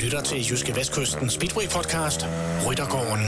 lytter til Jyske Vestkysten Speedway podcast, Ryttergården.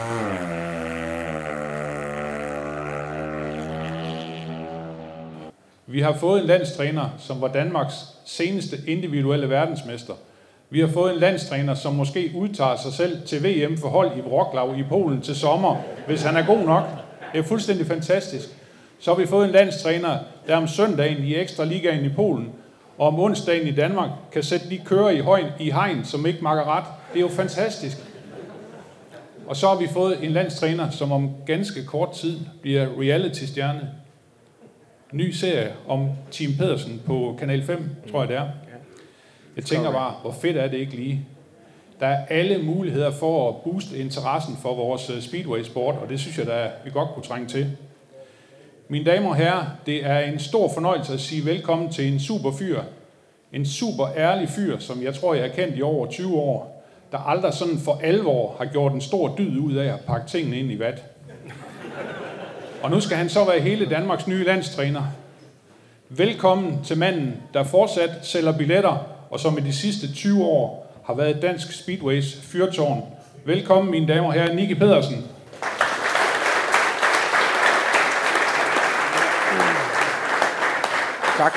Vi har fået en landstræner, som var Danmarks seneste individuelle verdensmester. Vi har fået en landstræner, som måske udtager sig selv til VM for hold i Wrocław i Polen til sommer, hvis han er god nok. Det er fuldstændig fantastisk. Så har vi fået en landstræner, der om søndagen i Ekstra Ligaen i Polen, og om onsdagen i Danmark kan sætte de kører i hegn, som ikke makker ret. Det er jo fantastisk. Og så har vi fået en landstræner, som om ganske kort tid bliver reality-stjerne. Ny serie om Team Pedersen på Kanal 5, tror jeg det er. Jeg tænker bare, hvor fedt er det ikke lige? Der er alle muligheder for at booste interessen for vores speedway-sport, og det synes jeg, at vi godt kunne trænge til. Mine damer og herrer, det er en stor fornøjelse at sige velkommen til en super fyr. En super ærlig fyr, som jeg tror, jeg har kendt i over 20 år, der aldrig sådan for alvor har gjort en stor dyd ud af at pakke tingene ind i vat. Og nu skal han så være hele Danmarks nye landstræner. Velkommen til manden, der fortsat sælger billetter, og som i de sidste 20 år har været dansk speedways fyrtårn. Velkommen, mine damer og herrer, Nicki Pedersen. Tak.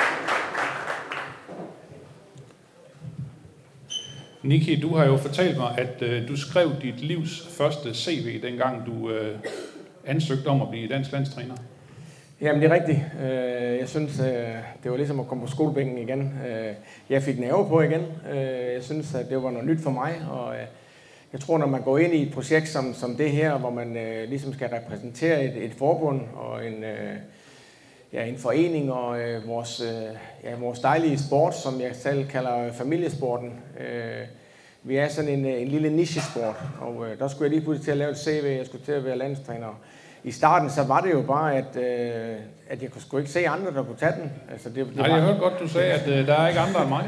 Nicki, du har jo fortalt mig, at du skrev dit livs første CV, dengang du ansøgte om at blive dansk landstræner. Jamen, det er rigtigt. Jeg synes, det var ligesom at komme på skolebænken igen. Jeg fik nerve på igen. Jeg synes, at det var noget nyt for mig, og jeg tror, når man går ind i et projekt som det her, hvor man ligesom skal repræsentere et forbund og en forening og vores dejlige sport, som jeg selv kalder familiesporten. Vi er sådan en lille nichesport, og der skulle jeg lige pludselig til at lave et CV, jeg skulle til at være landstræner. I starten så var det jo bare, at jeg skulle ikke se andre, der kunne tage den. Altså, Nej, jeg hørte godt, du sagde, at der er ikke andre end mig.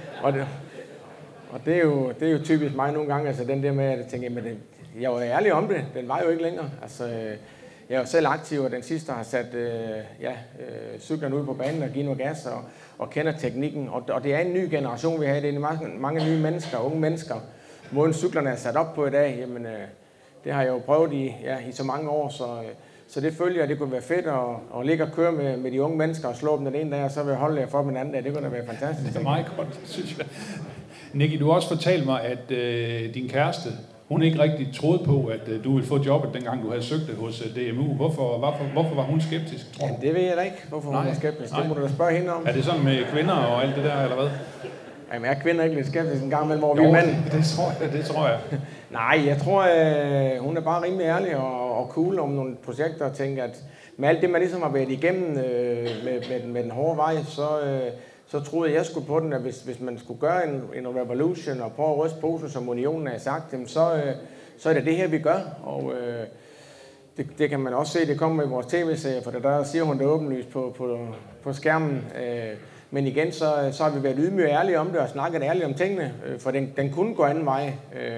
og det er jo typisk mig nogle gange, altså den der med, at jeg tænker, men jeg var ærlig om det, den var jo ikke længere. Altså, jeg er jo selv aktiv, og den sidste har sat cyklerne ud på banen og givet noget gas og kender teknikken. Og det er en ny generation, vi har. Det er mange nye mennesker, unge mennesker. Måden cyklerne er sat op på i dag, jamen, det har jeg jo prøvet i så mange år, så det følger, at det kunne være fedt at ligge og køre med de unge mennesker og slå dem den ene dag, og så vil jeg holde jer for dem den anden dag. Det kunne da være fantastisk. Det er meget godt, synes jeg. Nicki, du har også fortalt mig, at din kæreste, hun ikke rigtig troede på, at du ville få jobbet, dengang du havde søgt det hos DMU. Hvorfor var hun skeptisk, tror du? Ja, det ved jeg da ikke, hvorfor hun var skeptisk. Det må du da spørge hende om. Er det sådan med kvinder og alt det der, eller hvad? Jamen, er kvinder ikke lidt skeptisk en gang imellem, hvor vi er mænd? Det tror jeg. Nej, jeg tror, hun er bare rimelig ærlig og cool om nogle projekter, og tænker, at med alt det, man ligesom har været igennem med den hårde vej, så troede jeg skulle på den, at hvis man skulle gøre en revolution og prøve at ryste posen, som Unionen har sagt, så er det her, vi gør. Og det kan man også se, det kommer i vores tv-serie, for der siger hun det åbenlyst på skærmen. Men igen, så har vi været ydmyge og ærlige om det, og snakket ærligt om tingene, for den kunne gå anden vej.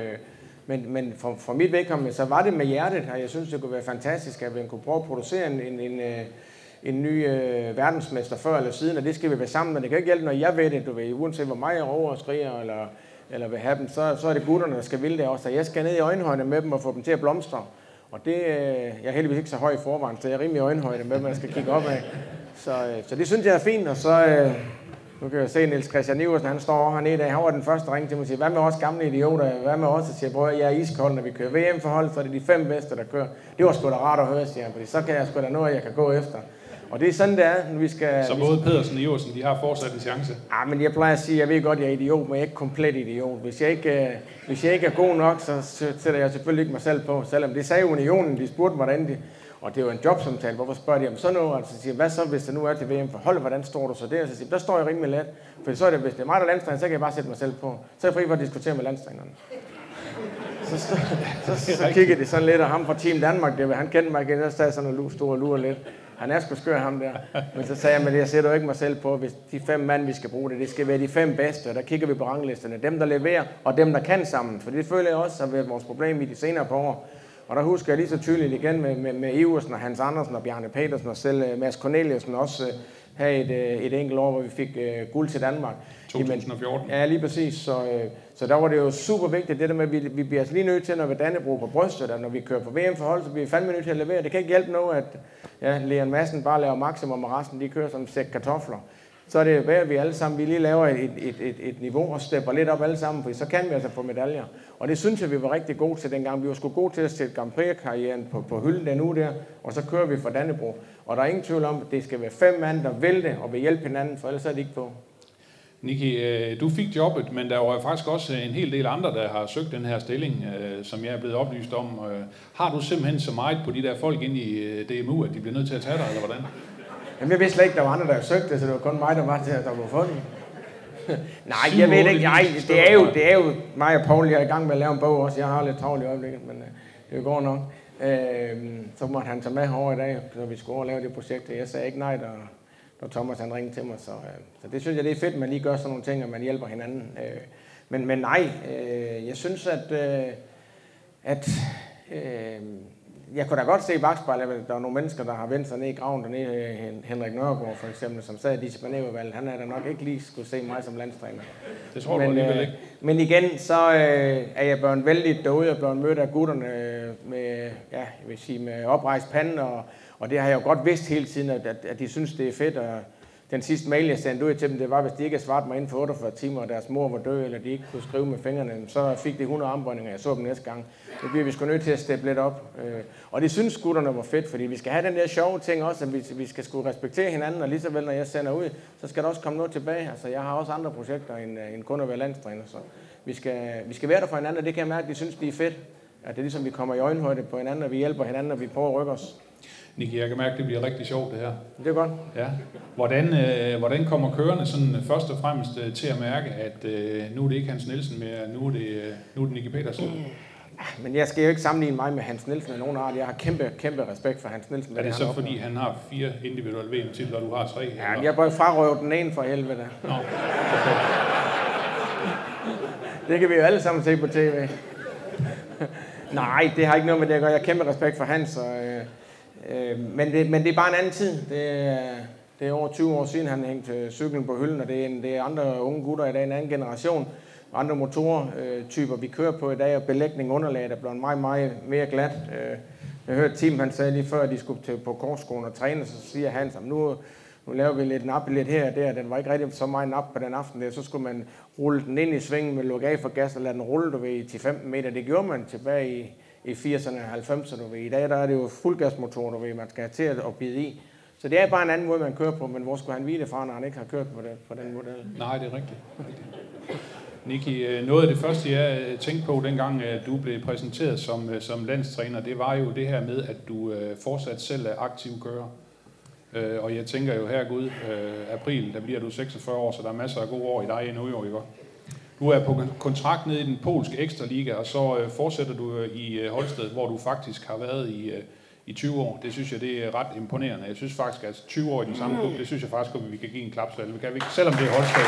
Men for mit vedkommende, så var det med hjertet, og jeg synes, det kunne være fantastisk, at vi kunne prøve at producere en ny verdensmester før eller siden, og det skal vi være sammen, men det kan ikke hjælpe, når jeg ved det, du ved, uanset hvor meget jeg råber og skriger, eller vil have dem, så er det gutterne, der skal ville det også, og jeg skal ned i øjenhøjde med dem og få dem til at blomstre, og det, jeg er heldigvis ikke så høj i forvejen, så jeg er rimelig i øjenhøjde med dem, jeg skal kigge op af, så det synes jeg er fint, og så, nu kan jeg se Niels Christian Iversen, han står over hernede i dag, han var den første ring til mig og siger, hvad med os gamle idioter, hvad med os, og siger, bror, jeg er iskold, når vi kører VM-forhold, så er det de 5 bedste, der kører, det var sgu da rart at høre, siger han, fordi så kan jeg sgu da noget, jeg kan gå efter. Og det er sådan, det er, når vi skal... Så både Pedersen og Iversen, de har fortsat en chance? Ja, men jeg plejer at sige, jeg ved godt, jeg er idiot, men jeg er ikke komplet idiot. Hvis jeg ikke er god nok, så sætter jeg selvfølgelig ikke mig selv på. Selvom det sagde Unionen, de spurgte, hvordan de... Og det er jo en jobsamtale, hvorfor spørger de om sådan noget? Altså siger, hvad så, hvis det nu er til VM for hold, hvordan står du så der? Så siger, der står jeg rimelig let. For så er det, hvis det er mig, der er landstræner, så kan jeg bare sætte mig selv på. Så er jeg fri for at diskutere med landstræneren. Så kigger de sådan lidt, og ham fra Team Danmark, han kendte mig igen, der sagde sådan en stor lure lidt. Han er sgu skør, ham der. Men så sagde jeg, men jeg sætter jo ikke mig selv på, hvis de 5 mand, vi skal bruge det skal være de 5 bedste, og der kigger vi på ranglisterne. Dem, der leverer, og dem, der kan sammen. For det føler jeg også har været vores problem i de senere par år. Og der husker jeg lige så tydeligt igen med Iversen og Hans Andersen og Bjarne Petersen og selv Mads Corneliusen også havde et enkelt år, hvor vi fik guld til Danmark. 2014. Ja, lige præcis. Så der var det jo super vigtigt, det der med, at vi bliver altså lige nødt til, når vi Dannebrog på brystet, og når vi kører på VM-forhold, så bliver vi fandme nødt til at levere. Det kan ikke hjælpe noget, at Leon Madsen bare laver maksimum, og resten de kører som en sæk kartofler. Så er det værd, at vi alle sammen vi lige laver et niveau og stepper lidt op alle sammen, for så kan vi altså få medaljer. Og det synes jeg, vi var rigtig gode til dengang. Vi var sgu gode til at sætte Grand Prix-karrieren på hylden den uge der, og så kører vi for Dannebrog. Og der er ingen tvivl om, at det skal være 5 mand, der vil det og vil hjælpe hinanden, for ellers er det ikke på. Niki, du fik jobbet, men der var faktisk også en hel del andre, der har søgt den her stilling, som jeg er blevet oplyst om. Har du simpelthen så meget på de der folk inde i DMU, at de bliver nødt til at tage dig, eller hvordan? Jamen, jeg vidste slet ikke, der var andre, der søgte, så det var kun mig, der var til at få den. Nej, jeg ved ikke. Nej, det er jo mig og Paul, jeg er i gang med at lave en bog også. Jeg har lidt travlt i øjeblikket, men det går nok. Så måtte han tage med herovre i dag, så vi skulle over og lave det projekt. Jeg sagde ikke nej, da Thomas han ringede til mig. Så det synes jeg, det er fedt, at man lige gør sådan nogle ting, og man hjælper hinanden. Men nej, jeg synes, at jeg kunne da godt se i bagspejlet, at der er nogle mennesker, der har vendt sig ned i graven dernede. Henrik Nørgaard for eksempel, som sad i disciplinærudvalget. Han er da nok ikke lige skulle se mig som landstræner. Det tror du alligevel ikke. Men igen, så er jeg blevet vældig derude og blevet mødt af gutterne med, ja, jeg vil sige, med oprejst pande. Og det har jeg jo godt vidst hele tiden, at de synes, det er fedt. Og den sidste mail, jeg sendte ud til dem, det var, hvis de ikke havde svaret mig inden for 48 timer, og deres mor var død, eller de ikke kunne skrive med fingrene, så fik de 100 armbøjninger, jeg så dem næste gang. Det bliver vi sgu nødt til at steppe lidt op. Og det synes gutterne var fedt, fordi vi skal have den der sjove ting også, at vi skal sgu respektere hinanden, og lige så vel, når jeg sender ud, så skal der også komme noget tilbage. Altså, jeg har også andre projekter end kun at være landstræner, så vi skal være der for hinanden, og det kan jeg mærke, at de synes, det er fedt. At det er ligesom, vi kommer i øjenhøjde på hinanden, og vi hjælper hinanden, og vi prøver at rykke os. Niki, jeg kan mærke, at det bliver rigtig sjovt, det her. Det er godt. Ja. Hvordan kommer kørerne sådan først og fremmest til at mærke, at nu er det ikke Hans Nielsen mere, nu er det Niki Petersen? Men jeg skal jo ikke sammenligne mig med Hans Nielsen af nogen art. Jeg har kæmpe respekt for Hans Nielsen. Er det så, fordi han har 4 individuelle VM-titler, og du har 3? Ja, men jeg bør frarøve den ene for helvede. Nå, okay. Det kan vi jo alle sammen se på tv. Nej, det har ikke noget med det at gøre. Jeg har kæmpe respekt for Hans. Men det er bare en anden tid. Det er over 20 år siden, han hængte cyklen på hylden, og det er andre unge gutter i dag, en anden generation. Andre motortyper, vi kører på i dag, og belægning underlag, der bliver meget, meget mere glat. Jeg hørte Tim, han sagde lige før, at de skulle på Korsskolen og træne, så siger han, at nu laver vi lidt nap lidt her og der. Den var ikke rigtig så meget nap på den aften der. Så skulle man rulle den ind i svingen med lukke af for gas og lade den rulle i 10-15 meter. Det gjorde man tilbage i 80'erne og 90'erne. I dag der er det jo fuldgasmotorer, man skal have til at bide i. Så det er bare en anden måde, man kører på, men hvor skulle han vide det fra, når han ikke har kørt på den model? Nej, det er rigtigt. Niki, noget af det første, jeg tænkte på dengang, du blev præsenteret som landstræner, det var jo det her med, at du fortsat selv er aktiv kører. Og jeg tænker jo her Gud, april, der bliver du 46 år, så der er masser af gode år i dig endnu, jo, ikke? Du er på kontrakt nede i den polske Ekstraliga, og så fortsætter du i Holsted, hvor du faktisk har været i 20 år. Det synes jeg, det er ret imponerende. Jeg synes faktisk, at 20 år i den samme klub, det synes jeg faktisk, at vi kan give en klapsalve. Kan vi ikke, selvom det er Holsted.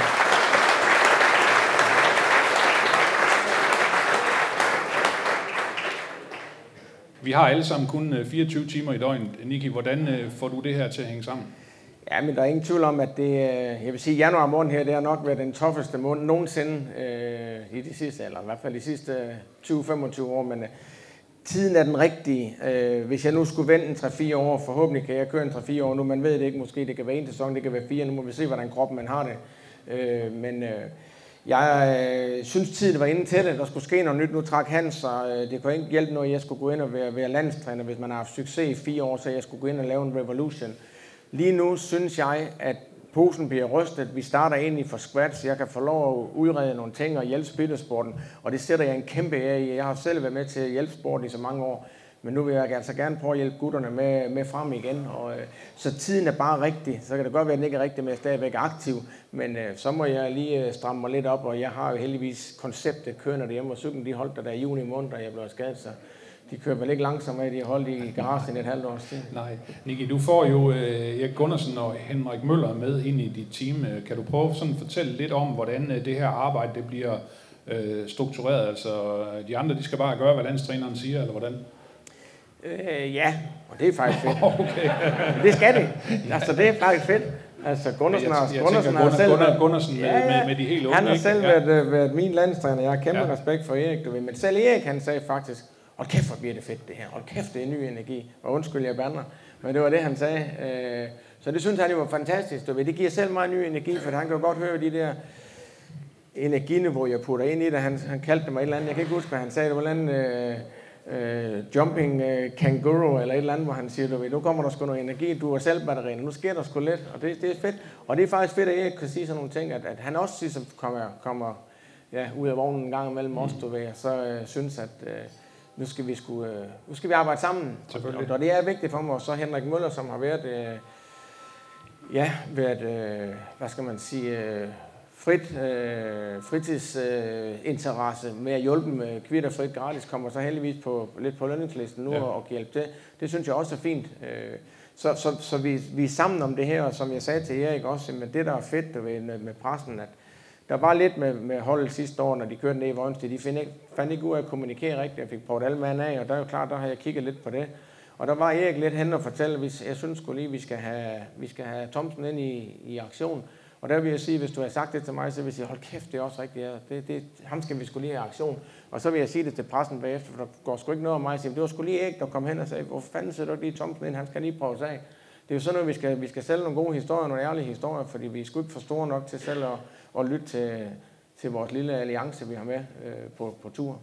Vi har alle sammen kun 24 timer i døgnet. Niki, hvordan får du det her til at hænge sammen? Ja, men der er ingen tvivl om, at det, jeg vil sige, januar måned her, det har nok været den tougheste måned nogensinde i de sidste, eller i hvert fald de sidste 20-25 år, men tiden er den rigtige. Hvis jeg nu skulle vente en 3-4 år, forhåbentlig kan jeg køre en 3-4 år nu, man ved det ikke, måske det kan være en sæson, det kan være 4, nu må vi se, hvordan kroppen man har det. Men jeg synes, tiden var inde til det. Der skulle ske noget nyt. Nu trak Hans, og det kunne ikke hjælpe noget, jeg skulle gå ind og være landstræner, hvis man har haft succes i 4 år, så jeg skulle gå ind og lave en revolution. Lige nu synes jeg, at posen bliver rystet. Vi starter ind i for squats. Jeg kan få lov at udrede nogle ting og hjælpe spillersporten, og det sætter jeg en kæmpe ære i. Jeg har selv været med til at hjælpe sporten i så mange år, men nu vil jeg altså gerne prøve at hjælpe gutterne med frem igen. Og, så tiden er bare rigtig. Så kan det godt være, at den ikke er rigtig, men jeg er stadigvæk aktiv. Men så må jeg lige stramme mig lidt op, og jeg har jo heldigvis konceptet kørende derhjemme, og cyklen de holdt der i juni måned, da jeg blev skadet, så de kører vel ikke langsomt af, de har holdt i garagen et halvt års tid. Nej. Niki, du får jo Erik Gundersen og Henrik Møller med ind i dit team. Kan du prøve sådan at fortælle lidt om, hvordan det her arbejde det bliver struktureret? Altså, de andre, de skal bare gøre, hvad landstræneren siger, eller hvordan? Ja, og det er faktisk fedt. Okay. Det skal det. Altså, det er faktisk fedt. Altså Gundersen jeg har tænker, selv Gundersen med de helt unge. Han har selv været min landstræner. Jeg har kæmpe respekt for Erik, du ved. Men selv Erik, han sagde faktisk, hold kæft, hvor bliver det fedt det her. Hold kæft, det er ny energi. Og undskyld, jeg bander. Men det var det, han sagde. Så det synes han, det var fantastisk. Du ved. Det giver selv meget ny energi, for han kan jo godt høre de der energiniveau, jeg putter ind i det. Han kaldte det mig et eller andet. Jeg kan ikke huske, hvad han sagde. Det var et eller andet jumping kangaroo eller et eller andet, hvor han siger, du ved, nu kommer der sgu noget energi, du er selv batterien, nu sker der sgu lidt, og det er fedt. Og det er faktisk fedt, at jeg kan sige sådan nogle ting, at han også ligesom kommer ud af vognen en gang imellem os, du ved, og så synes, at nu skal vi arbejde sammen. Og det er vigtigt for mig, og så Henrik Møller, som har været, hvad skal man sige, fritidsinteresse med at hjælpe med kvitterfrit gratis, kommer så heldigvis lidt på lønningslisten nu og hjælpe til. Det synes jeg også er fint. Så vi er sammen om det her, og som jeg sagde til Erik også, men det der er fedt med pressen, at der var lidt med holdet sidste år, når de kørte ned i Vojensted, de fandt ikke ud af at kommunikere rigtigt, jeg fik prøvet alle mand af, og der er jo klart, der har jeg kigget lidt på det. Og der var Erik lidt hen og fortælle, jeg synes sgu lige, vi skal have Thomsen ind i aktion. Og der vil jeg sige, hvis du har sagt det til mig, så vil jeg sige, hold kæft, det er også rigtigt. Ja. Ham skal vi sgu lige have aktion. Og så vil jeg sige det til pressen bagefter, for der går sgu ikke noget om mig. Det var sgu lige Erik, der kom hen og sagde, hvor fanden sætter du lige Thomsen ind? Han skal lige prøve af. Det er jo sådan noget, vi skal sælge nogle gode historier, nogle ærlige historier, fordi vi er sgu ikke for store nok til selv at lytte til vores lille alliance, vi har med på tur.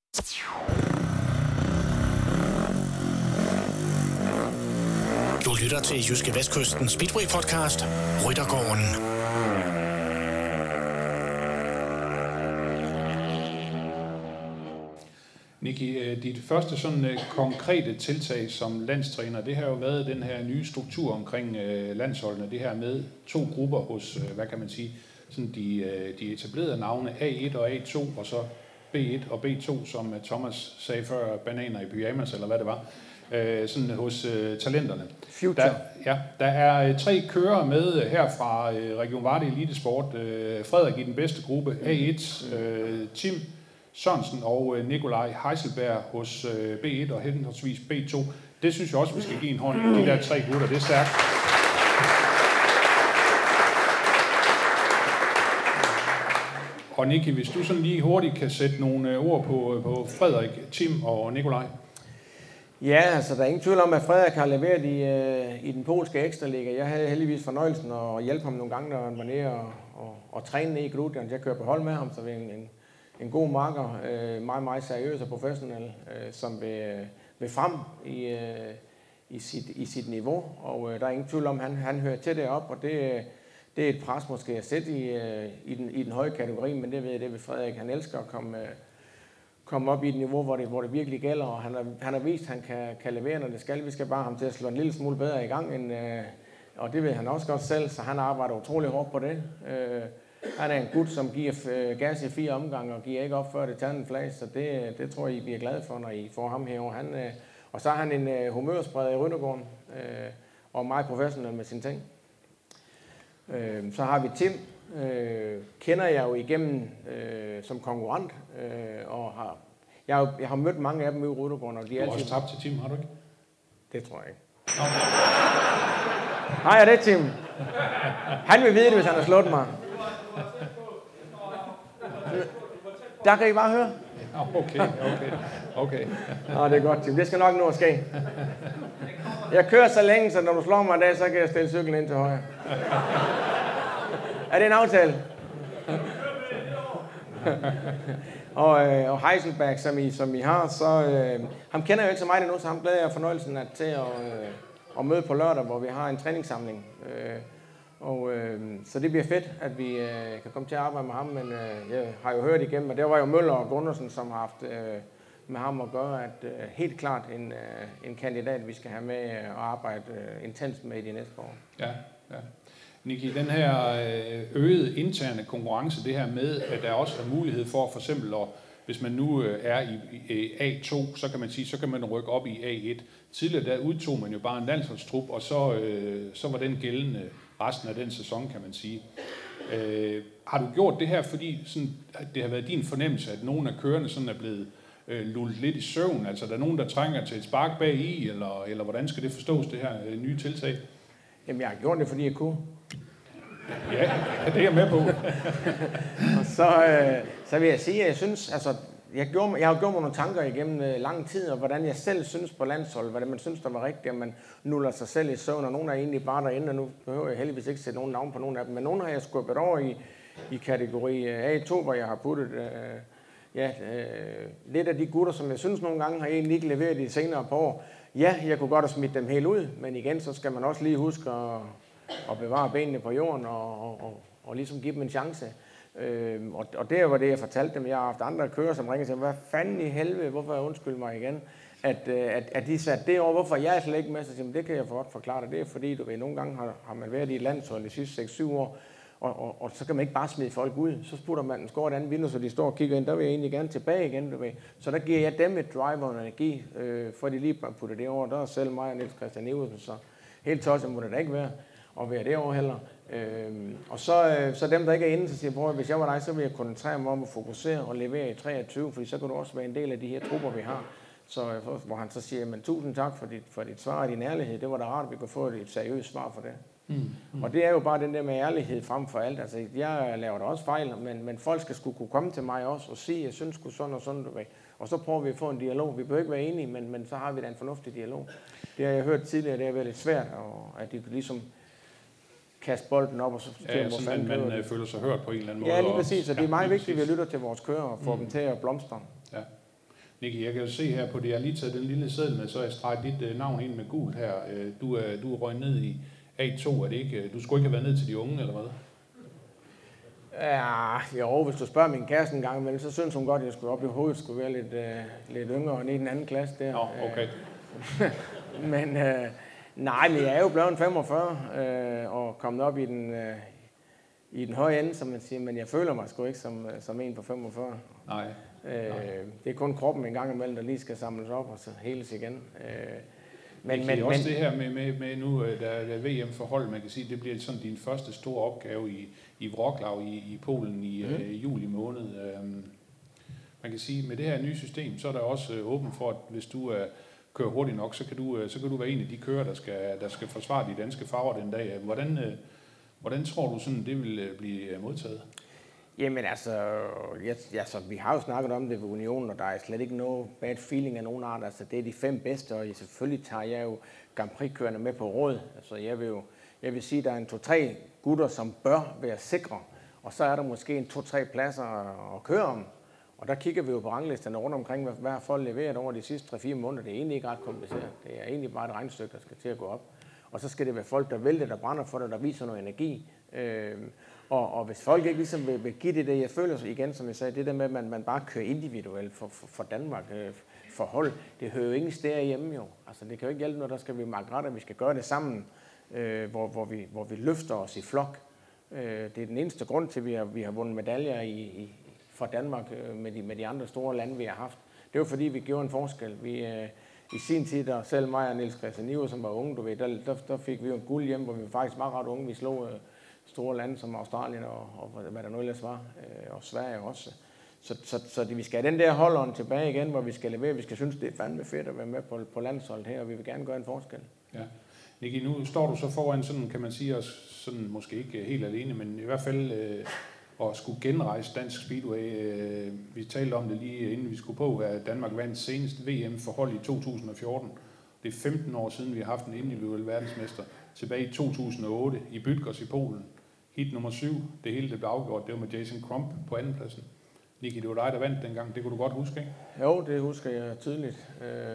Du lytter til Jyske Vestkysten Speedway Podcast, Ryttergården. Niki, dit første sådan konkrete tiltag som landstræner, det har jo været den her nye struktur omkring landsholdene, det her med 2 grupper hos, hvad kan man sige, sådan de etablerede navne A1 og A2, og så B1 og B2, som Thomas sagde før, bananer i pyjamas, eller hvad det var, sådan hos talenterne. Future. Der er 3 kører med her fra Region Varde Elitesport. Frederik i den bedste gruppe, A1, Tim Sørensen og Nikolaj Heiselberg hos B1 og henholdsvis B2. Det synes jeg også, vi skal give en hånd i de der 3 gutter. Det er stærkt. Og Niki, hvis du sådan lige hurtigt kan sætte nogle ord på Frederik, Tim og Nikolaj. Ja, altså der er ingen tvivl om, at Frederik har leveret i den polske ekstraliga. Jeg havde heldigvis fornøjelsen at hjælpe ham nogle gange, når han var nede og træne nede i Grudjans. Jeg kører på hold med ham, så vi er en god marker, meget, meget seriøs og professionel, som vil frem i sit niveau. Og der er ingen tvivl om, at han hører til derop, og det er et pres måske at sætte i den høje kategori, men det ved Frederik. Han elsker at komme op i et niveau, hvor det virkelig gælder, og han har vist, at han kan levere, når det skal. Vi skal bare ham til at slå en lille smule bedre i gang, og det ved han også godt selv, så han arbejder utrolig hårdt på det. Han er en gut, som giver gas i 4 omgange, og giver ikke op før det tager en flag, så det tror jeg, I bliver glade for, når I får ham herovre. Og så er han en humørspreder i Ryttergården, og meget professionel med sine ting. Så har vi Tim, kender jeg jo igennem som konkurrent, og jeg har mødt mange af dem i Ryttergården. Du har også tabt til Tim, har du ikke? Det tror jeg ikke. Hej, er det Tim? Han vil vide det, hvis han har slået mig. Der kan I bare høre. Okay. Nå, det er godt, Tim. Det skal nok nå at ske. Jeg kører så længe, så når du slår mig en dag, så kan jeg stille cyklen ind til højre. Er det en aftale? og Heisenberg, som I har, så ham kender jeg jo ikke så meget endnu, så ham glæder jeg fornøjelsen til at møde på lørdag, hvor vi har en træningssamling. Så det bliver fedt, at vi kan komme til at arbejde med ham, men jeg har jo hørt igennem, og det var jo Møller og Gundersen, som har haft med ham at gøre, at helt klart en kandidat, vi skal have med og arbejde intenst med i de næste år. Ja. Niki, den her øgede interne konkurrence, det her med, at der også er mulighed for eksempel, hvis man nu er i A2, så kan man sige, så kan man rykke op i A1. Tidligere der udtog man jo bare en landsholdstrup, og så var den gældende resten af den sæson, kan man sige. Har du gjort det her, fordi sådan, det har været din fornemmelse, at nogle af kørerne sådan er blevet lullet lidt i søvn? Altså, der er nogen, der trænger til et spark bag i, eller hvordan skal det forstås, det her nye tiltag? Jamen, jeg har gjort det, fordi jeg kunne. Ja, det er jeg med på. Og så vil jeg sige, at jeg synes, altså, jeg har gjort mig nogle tanker igennem lang tid, og hvordan jeg selv synes på landsholdet, hvordan man synes, der var rigtigt, at man nuller sig selv i søvn, og nogen er egentlig bare derinde, og nu behøver jeg heldigvis ikke sætte nogen navn på nogen af dem, men nogen har jeg skubbet over i kategori A2, hvor jeg har puttet lidt af de gutter, som jeg synes nogle gange har egentlig ikke leveret de senere par år. Ja, jeg kunne godt have smidt dem helt ud, men igen, så skal man også lige huske at bevare benene på jorden og ligesom give dem en chance. Og det var det, jeg fortalte dem. Jeg har haft andre kører, som ringer til mig, hvad fanden i helvede, hvorfor jeg undskyld mig igen, at de satte det over, hvorfor jeg slet ikke med, så siger, det kan jeg godt forklare dig. Det er fordi, du ved, nogle gange har man været i et landshold de sidste 6-7 år, og så kan man ikke bare smide folk ud. Så putter man den skår et andet vindue, så de står og kigger ind. Der vil jeg egentlig gerne tilbage igen, du ved. Så der giver jeg dem et drive og energi, for de lige putter det over. Der er selv mig og Niels Christian Iversen, så helt tosset må det da ikke være at være det over heller. Og så dem, der ikke er inde, så siger jeg, hvis jeg var dig, så ville jeg koncentrere mig om at fokusere og levere i 23, fordi så kunne du også være en del af de her trupper, vi har. Så hvor han så siger, men tusind tak for dit svar og din ærlighed. Det var da rart, at vi kunne få et seriøst svar for det. Og det er jo bare den der med ærlighed frem for alt. Altså, jeg laver da også fejl, men folk skal skulle kunne komme til mig også og sige, jeg synes sgu sådan og sådan, du ved. Og så prøver vi at få en dialog. Vi behøver ikke være enige, men så har vi da en fornuftig dialog. Det har jeg hørt tidligere, det har været lidt svært, og at de ligesom kaste bolden op, og så man føler sig hørt på en eller anden måde. Ja, lige præcis, og det er meget vigtigt, at vi lytter til vores kører og får dem til at blomstre. Ja. Nicky, jeg kan jo se her på det, jeg har lige taget den lille seddel med, så jeg streget dit navn ind med gult her. Du er røget ned i A2, er det ikke? Du skulle ikke have været ned til de unge, eller hvad? Ja, jo, hvis du spørger min kæreste en gang imellem, så synes hun godt, at jeg skulle op i hovedet, skulle være lidt yngre end i den anden klasse der. Nå, okay. Men nej, men jeg er jo blevet 45 og kommet op i den høje ende, som man siger, men jeg føler mig sgu ikke som en på 45. Nej. Det er kun kroppen en gang imellem, der lige skal samles op og så heles igen. Men også det her med nu, der er VM for hold, man kan sige, det bliver sådan din første store opgave i Wrocław i Polen i juli måned. Man kan sige, med det her nye system, så er der også åben for, at hvis du kører hurtigt nok, så kan du være en af de kører, der skal forsvare de danske farver den dag. Hvordan tror du sådan, det vil blive modtaget? Jamen altså, vi har jo snakket om det ved Unionen, og der er slet ikke noget bad feeling af nogen art. Altså, det er de 5 bedste, og selvfølgelig tager jeg jo Grand Prix-kørende med på råd. Altså, jeg vil sige, at der er en 2-3 gutter, som bør være sikre, og så er der måske en 2-3 pladser at køre om. Og der kigger vi jo på ranglisterne rundt omkring, hvad har folk leveret over de sidste 3-4 måneder. Det er egentlig ikke ret kompliceret. Det er egentlig bare et regnestykke, der skal til at gå op. Og så skal det være folk, der vil det, der brænder for det, der viser noget energi. Og hvis folk ikke ligesom vil give det, jeg føler igen, som jeg sagde, det der med, at man bare kører individuelt for Danmark for hold, det hører jo ingen steder hjemme jo. Altså det kan jo ikke hjælpe noget, der skal vi mærke ret, at vi skal gøre det sammen, hvor vi løfter os i flok. Det er den eneste grund til, at vi har vundet medaljer for Danmark med de andre store lande, vi har haft. Det var fordi, vi gjorde en forskel. I sin tid, der selv mig og Niels Christian Iversen, som var unge, du ved, der fik vi jo en guld hjem, hvor vi faktisk var ret unge. Vi slog store lande som Australien og hvad der nu ellers var, og Sverige også. Så vi skal have den der holderen tilbage igen, hvor vi skal levere. Vi skal synes, det er fandme fedt at være med på landsholdet her, og vi vil gerne gøre en forskel. Ja. Nicky, nu står du så foran sådan, kan man sige, også sådan måske ikke helt alene, men i hvert fald at skulle genrejse dansk speedway. Vi talte om det lige inden vi skulle på, at Danmark vandt senest VM for hold i 2014. Det er 15 år siden, vi har haft en individuel verdensmester. Tilbage i 2008 i Bydgoszcz i Polen. Hit nummer 7. Det hele det blev afgjort. Det var med Jason Crump på andenpladsen. Nicky, det var dig, der vandt dengang. Det kunne du godt huske, ikke? Jo, det husker jeg tydeligt.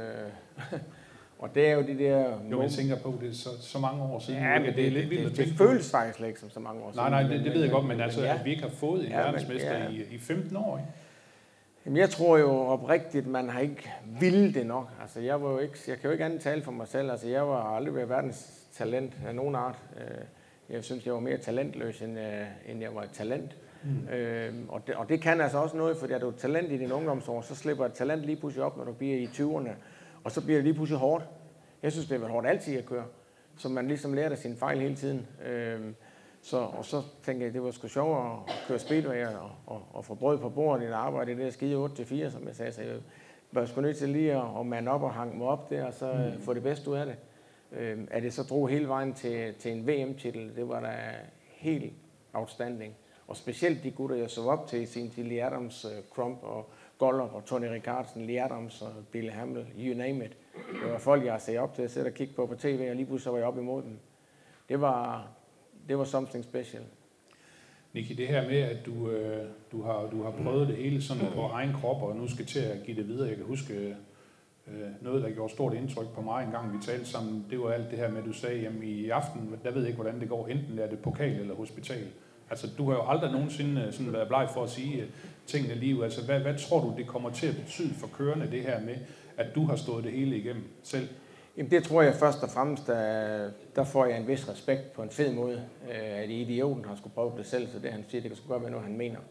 Og det er jo de der... Jo, jeg tænker på, det er så mange år siden. Ja, men det er lidt vildt. Det føles faktisk slet ikke som så mange år siden. Nej, det ved jeg godt, men altså, at vi ikke har fået en verdensmester i 15 år, ikke? Jamen, jeg tror jo oprigtigt, man har ikke ville det nok. Altså, jeg kan jo ikke andet tale for mig selv. Altså, jeg var aldrig været verdens talent af nogen art. Jeg synes, jeg var mere talentløs, end jeg var et talent. Og det kan altså også noget, fordi er du talent i din ungdomsår, så slipper et talent lige pludselig op, når du bliver i 20'erne. Og så bliver det lige pludselig hårdt. Jeg synes, det har været hårdt altid at køre. Så man ligesom lærer af sine fejl hele tiden. Og så tænkte jeg, det var sgu sjovere at køre speedway og få brød på bordet i et arbejde. Det der skide 8-4, som jeg sagde. Så jeg var sgu nødt til lige at mande op og hange mig op der, og så få det bedste ud af det. At det så drog hele vejen til en VM-titel, det var da helt outstanding. Og specielt de gutter, jeg så op til i sin tid, Lee Adams, Crump og Gollop og Tony Ricardson, Lee Adams og Billy Hamel, you name it. Det var folk, jeg har set op til at sidde og kigge på tv, og lige pludselig var jeg op imod dem. Det var something special. Nicky, det her med, at du har prøvet det hele sådan på egen krop, og nu skal til at give det videre. Jeg kan huske noget, der gjorde stort indtryk på mig en gang, vi talte sammen. Det var alt det her med, at du sagde, jamen i aften, der ved jeg ikke, hvordan det går. Enten er det pokal eller hospital. Altså, du har jo aldrig nogensinde sådan været bleg for at sige tingene lige. Altså, hvad tror du, det kommer til at betyde for kørende, det her med, at du har stået det hele igennem selv? Jamen, det tror jeg først og fremmest, der får jeg en vis respekt på en fed måde. At idioten har skulle prøve det selv, så det han siger, det kan sgu godt være noget, han mener.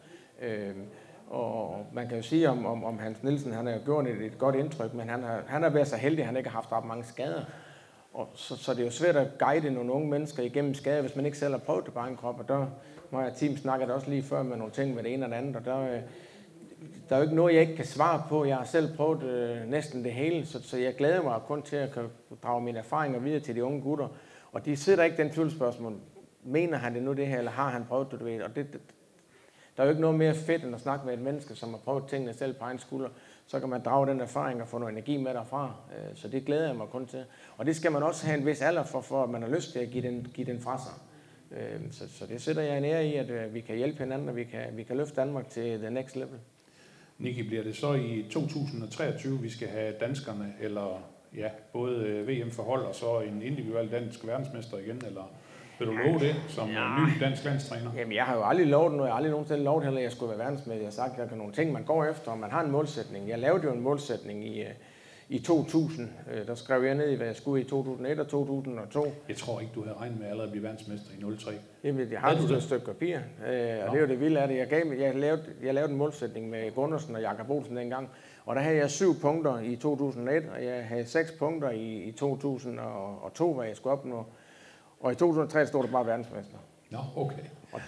Og man kan jo sige om Hans Nielsen, han har jo gjort et godt indtryk, men han har været så heldig, at han ikke har haft ret mange skader. Og så det er jo svært at guide nogle unge mennesker igennem skader, hvis man ikke selv har prøvet det på egen krop. Og der må jeg team snakket også lige før med nogle ting med det ene og det andet, og der er jo ikke noget, jeg ikke kan svare på. Jeg har selv prøvet næsten det hele, så jeg glæder mig kun til at kunne drage mine erfaringer videre til de unge gutter. Og de sidder ikke den tvivlsspørgsmål. Mener han det nu det her, eller har han prøvet det, du ved? Og der er jo ikke noget mere fedt, end at snakke med et menneske, som har prøvet tingene selv på egen skulder. Så kan man drage den erfaring og få noget energi med derfra. Så det glæder jeg mig kun til. Og det skal man også have en vis alder for at man har lyst til at give den fra sig. Så det sætter jeg en ære i, at vi kan hjælpe hinanden, og vi kan løfte Danmark til the next level. Nicky, bliver det så i 2023, vi skal have danskerne, eller ja, både VM for hold og så en individuel dansk verdensmester igen, eller vil du love det som ny dansk landstræner? Jamen, jeg har jo aldrig lovet noget. Jeg har aldrig nogensinde lovet heller, at jeg skulle være verdensmester. Jeg har sagt, at der er nogle ting, man går efter, og man har en målsætning. Jeg lavede jo en målsætning i 2000. Der skrev jeg ned i, hvad jeg skulle i 2001 og 2002. Jeg tror ikke, du havde regnet med at allerede blive verdensmester i 03. Jamen, jeg har jo et stykke papir, og det er jo det vilde af det. Jeg lavede en målsætning med Gundersen og Jakob Olsen dengang, og der havde jeg 7 punkter i 2001, og jeg havde 6 punkter i 2002, hvad jeg skulle opnå. Og i 2003 stod der bare verdensmester. Nå, okay. Og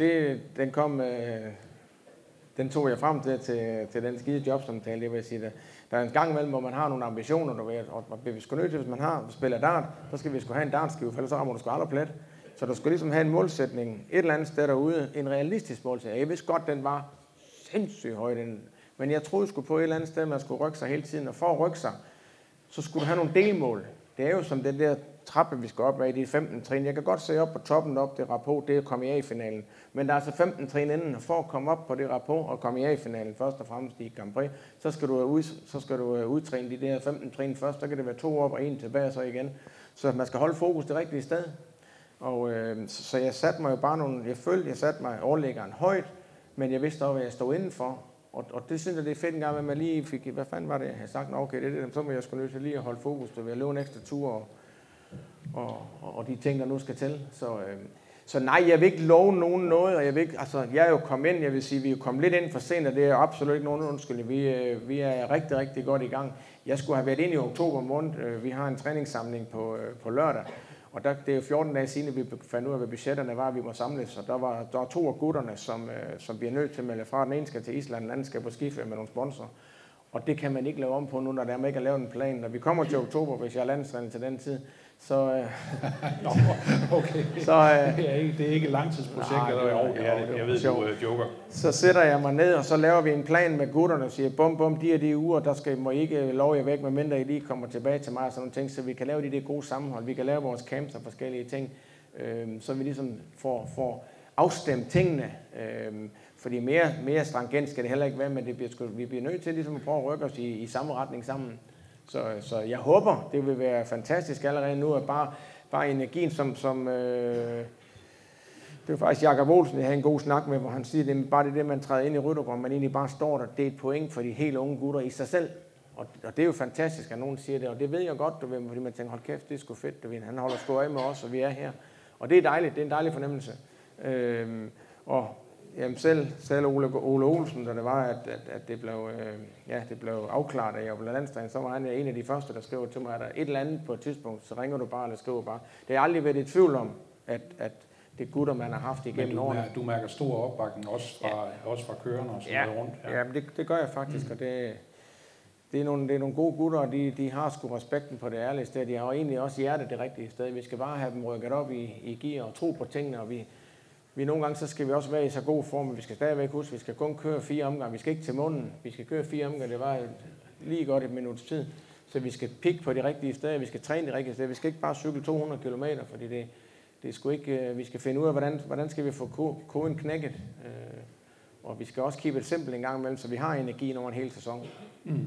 den tog jeg frem til den skide jobsamtale, det vil jeg sige. Der er en gang imellem, hvor man har nogle ambitioner, du ved, og vi skal nødt til, hvis man spiller dart, så skal vi sgu have en dartskive, for ellers så rammer du sgu aldrig plet. Så du skal ligesom have en målsætning et eller andet sted derude, en realistisk målsætning. Jeg vidste godt, den var sindssygt høj, men jeg troede sgu på et eller andet sted, man skulle rykke sig hele tiden, og for at rykke sig, så skulle du have nogle delmål. Det er jo som den der trappe, vi skal op af, de 15 trin. Jeg kan godt se op på toppen op det rapport, det er at komme i A-finalen. Men der er altså 15 trin inden, og for at komme op på det rapport og komme i A-finalen først og fremmest i Grand Prix, så skal du udtræne de der 15 trin først. Så kan det være 2 op og 1 tilbage og så igen. Så man skal holde fokus det rigtige sted. Og så jeg satte mig jo bare jeg satte mig overlæggeren højt, men jeg vidste også, hvad jeg stod indenfor. Og det synes jeg, det er fedt en gang, at man lige fik, hvad fanden var det, jeg havde sagt? Nå, okay, det er det, så må jeg sgu nødt til lige at holde fokus, så vil jeg løbe en ekstra tur, og de ting, der nu skal til. Så nej, jeg vil ikke love nogen noget, og jeg er jo kommet ind, jeg vil sige, vi er jo kommet lidt ind for sent, og det er absolut ikke nogen undskyldning. Vi er rigtig, rigtig godt i gang. Jeg skulle have været ind i oktober måned. Vi har en træningssamling på lørdag, og det er jo 14 dage siden, at vi fandt ud af, hvad budgetterne var, at vi må samles. Og der var 2 af gutterne, som bliver nødt til at melde fra. Den ene skal til Island, den anden skal på skiferie med nogle sponsorer. Og det kan man ikke lave om på nu, når der ikke er lavet en plan. Når vi kommer til oktober, hvis jeg er landstræner til den tid, så... Nå, okay. Det er ikke et langtidsprojekt, jeg ved, du joker. Så sætter jeg mig ned, og så laver vi en plan med gutterne og siger, bum, de og de uger, må I ikke love jer væk, medmindre I lige kommer tilbage til mig og sådan nogle ting, så vi kan lave de der gode sammenhold. Vi kan lave vores camps og forskellige ting, så vi ligesom får afstemt tingene. Fordi mere stringent skal det heller ikke være, men vi bliver nødt til ligesom at prøve at rykke os i samme retning sammen. Så jeg håber, det vil være fantastisk allerede nu, at bare energien, det er faktisk Jakob Olsen, jeg havde en god snak med, hvor han siger, det er bare det, man træder ind i ryttergården, man egentlig bare står der, det er et point for de helt unge gutter i sig selv. Og det er jo fantastisk, at nogen siger det, og det ved jeg godt, fordi man tænker, hold kæft, det er sgu fedt, han holder sgu øje med os, og vi er her. Og det er dejligt, det er en dejlig fornemmelse. Og jamen selv Ole Olsen, da det var, at det blev afklaret, at jeg blev landstræner, så var han en af de første, der skrev til mig, at der er et eller andet på et tidspunkt, så ringer du bare eller skriver bare. Det har aldrig været i tvivl om, at det er gutter, man har haft igennem årene. Du mærker stor opbakning også fra kørerne og sådan noget rundt. Ja, men det gør jeg faktisk, og det er nogle gode gutter, og de har sgu respekten på det ærlige sted. De har jo egentlig også hjertet det rigtige sted. Vi skal bare have dem rykket op i gear og tro på tingene, og nogle gange så skal vi også være i så god form, at vi skal stadigvæk huske, at vi skal kun køre 4 omgange. Vi skal ikke til munden. Vi skal køre 4 omgange. Det var lige godt et minuts tid. Så vi skal pikke på de rigtige steder. Vi skal træne de rigtige steder. Vi skal ikke bare cykle 200 km, fordi det er sgu ikke... Vi skal finde ud af, hvordan skal vi få koden knækket. Og vi skal også keep it simple en gang imellem, så vi har energi over en hel sæson. Mm.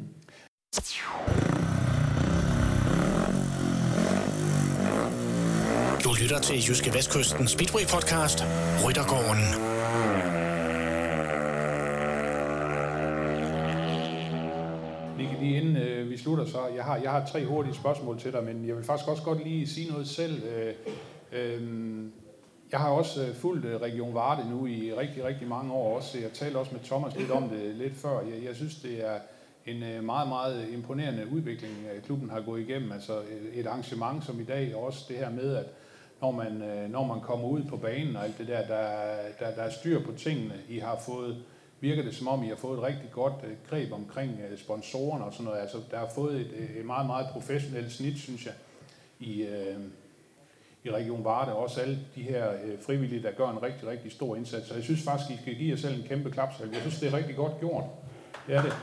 Du lytter til Jyske Vestkysten Speedway Podcast, Ryttergården. Nicky, lige inden vi slutter, så jeg har 3 hurtige spørgsmål til dig, men jeg vil faktisk også godt lige sige noget selv. Jeg har også fulgt Region Varde nu i rigtig, rigtig mange år også. Jeg talte også med Thomas lidt om det lidt før. Jeg synes, det er en meget, meget imponerende udvikling, klubben har gået igennem. Altså et arrangement som i dag, også det her med, at når man kommer ud på banen og alt det der er styr på tingene. Virker det som om, I har fået et rigtig godt greb omkring sponsorerne og sådan noget. Altså, der har fået et meget, meget professionelt snit, synes jeg, i Region Varde. Også alle de her frivillige, der gør en rigtig, rigtig stor indsats. Så jeg synes faktisk, I skal give jer selv en kæmpe klapsalve. Jeg synes, det er rigtig godt gjort. Det er det.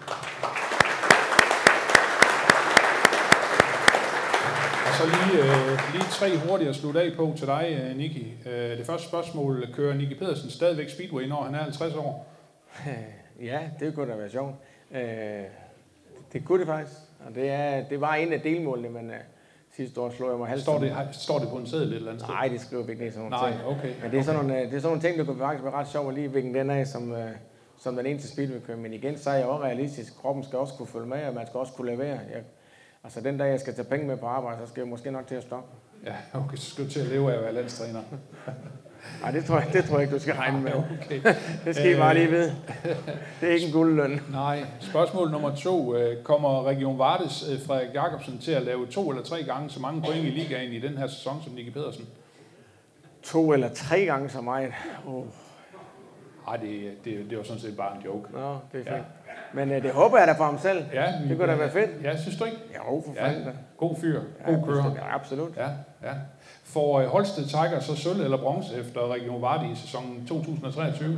Og så lige 3 hurtigt at slutte af på til dig, Nicky. Det første spørgsmål, kører Nicky Pedersen stadigvæk Speedway, når han er 50 år? Ja, det kunne da være sjovt. Det kunne det faktisk. Og det var en af delmålene, men sidste år slog jeg mig halvt. Står det på en seddel et eller andet sted? Nej, det skriver vi ikke ned sådan nogle ting. Okay. Men det er sådan nogle ting, der kunne faktisk være ret sjovt at lige vikle den af, som den eneste Speedway kører. Men igen, så er jeg også realistisk. Kroppen skal også kunne følge med, og man skal også kunne levere. Altså den dag, jeg skal tage penge med på arbejde, så skal jeg måske nok til at stoppe. Ja, okay, så skal du til at leve af at være landstræner. Nej, det tror jeg ikke, du skal regne med. Okay. Det skal I bare lige vide. Det er ikke en guldløn. Nej. Spørgsmål nummer 2. Kommer Region Vardes Frederik Jacobsen til at lave 2 eller 3 gange så mange point i ligaen i den her sæson som Nicky Pedersen? 2 eller 3 gange så meget? Nej, det var sådan set bare en joke. Nå, det er fedt. Ja. Men det håber jeg da for ham selv. Ja, det kunne da være fedt. Ja, synes du ikke? Jo, for fanden. God fyr, god kører. Ja, absolut. Ja. Får Holsted Tigers så sølv eller bronze efter Region Varde i sæsonen 2023?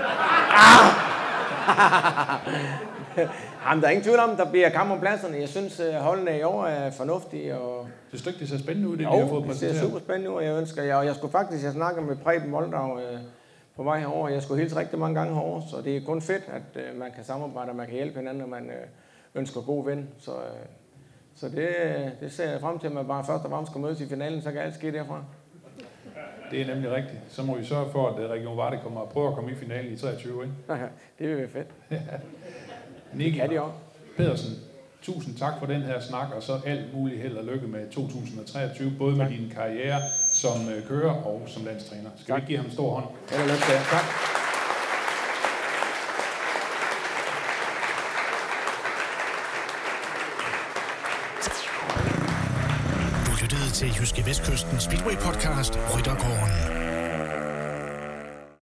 Jamen, der er ingen tvivl om, der bliver kamp om pladserne. Jeg synes, holdene i år er fornuftige. Og... Synes du ikke, det ser spændende ud, det vi har fået præsenteret? Det ser super spændende ud, jeg skulle faktisk, jeg snakkede med Preben Moldau på vej herover. Jeg skulle hilse rigtig mange gange herover, så det er kun fedt, at man kan samarbejde, og man kan hjælpe hinanden, når man ønsker god ven. Så det ser jeg frem til, at man bare først og fremmest skal mødes i finalen, så kan alt ske derfra. Det er nemlig rigtigt. Så må vi sørge for, at Region Varde prøver at komme i finalen i 23, ikke? Ja, det vil være fedt. Nicky Pedersen, tusind tak for den her snak, og så alt muligt held og lykke med 2023, både med din karriere som kører og som landstræner. Skal vi give ham en stor hånd? Held og lykke til jer. Tak. Du lyttede til Jyske Vestkysten Speedway Podcast, Ryttergården.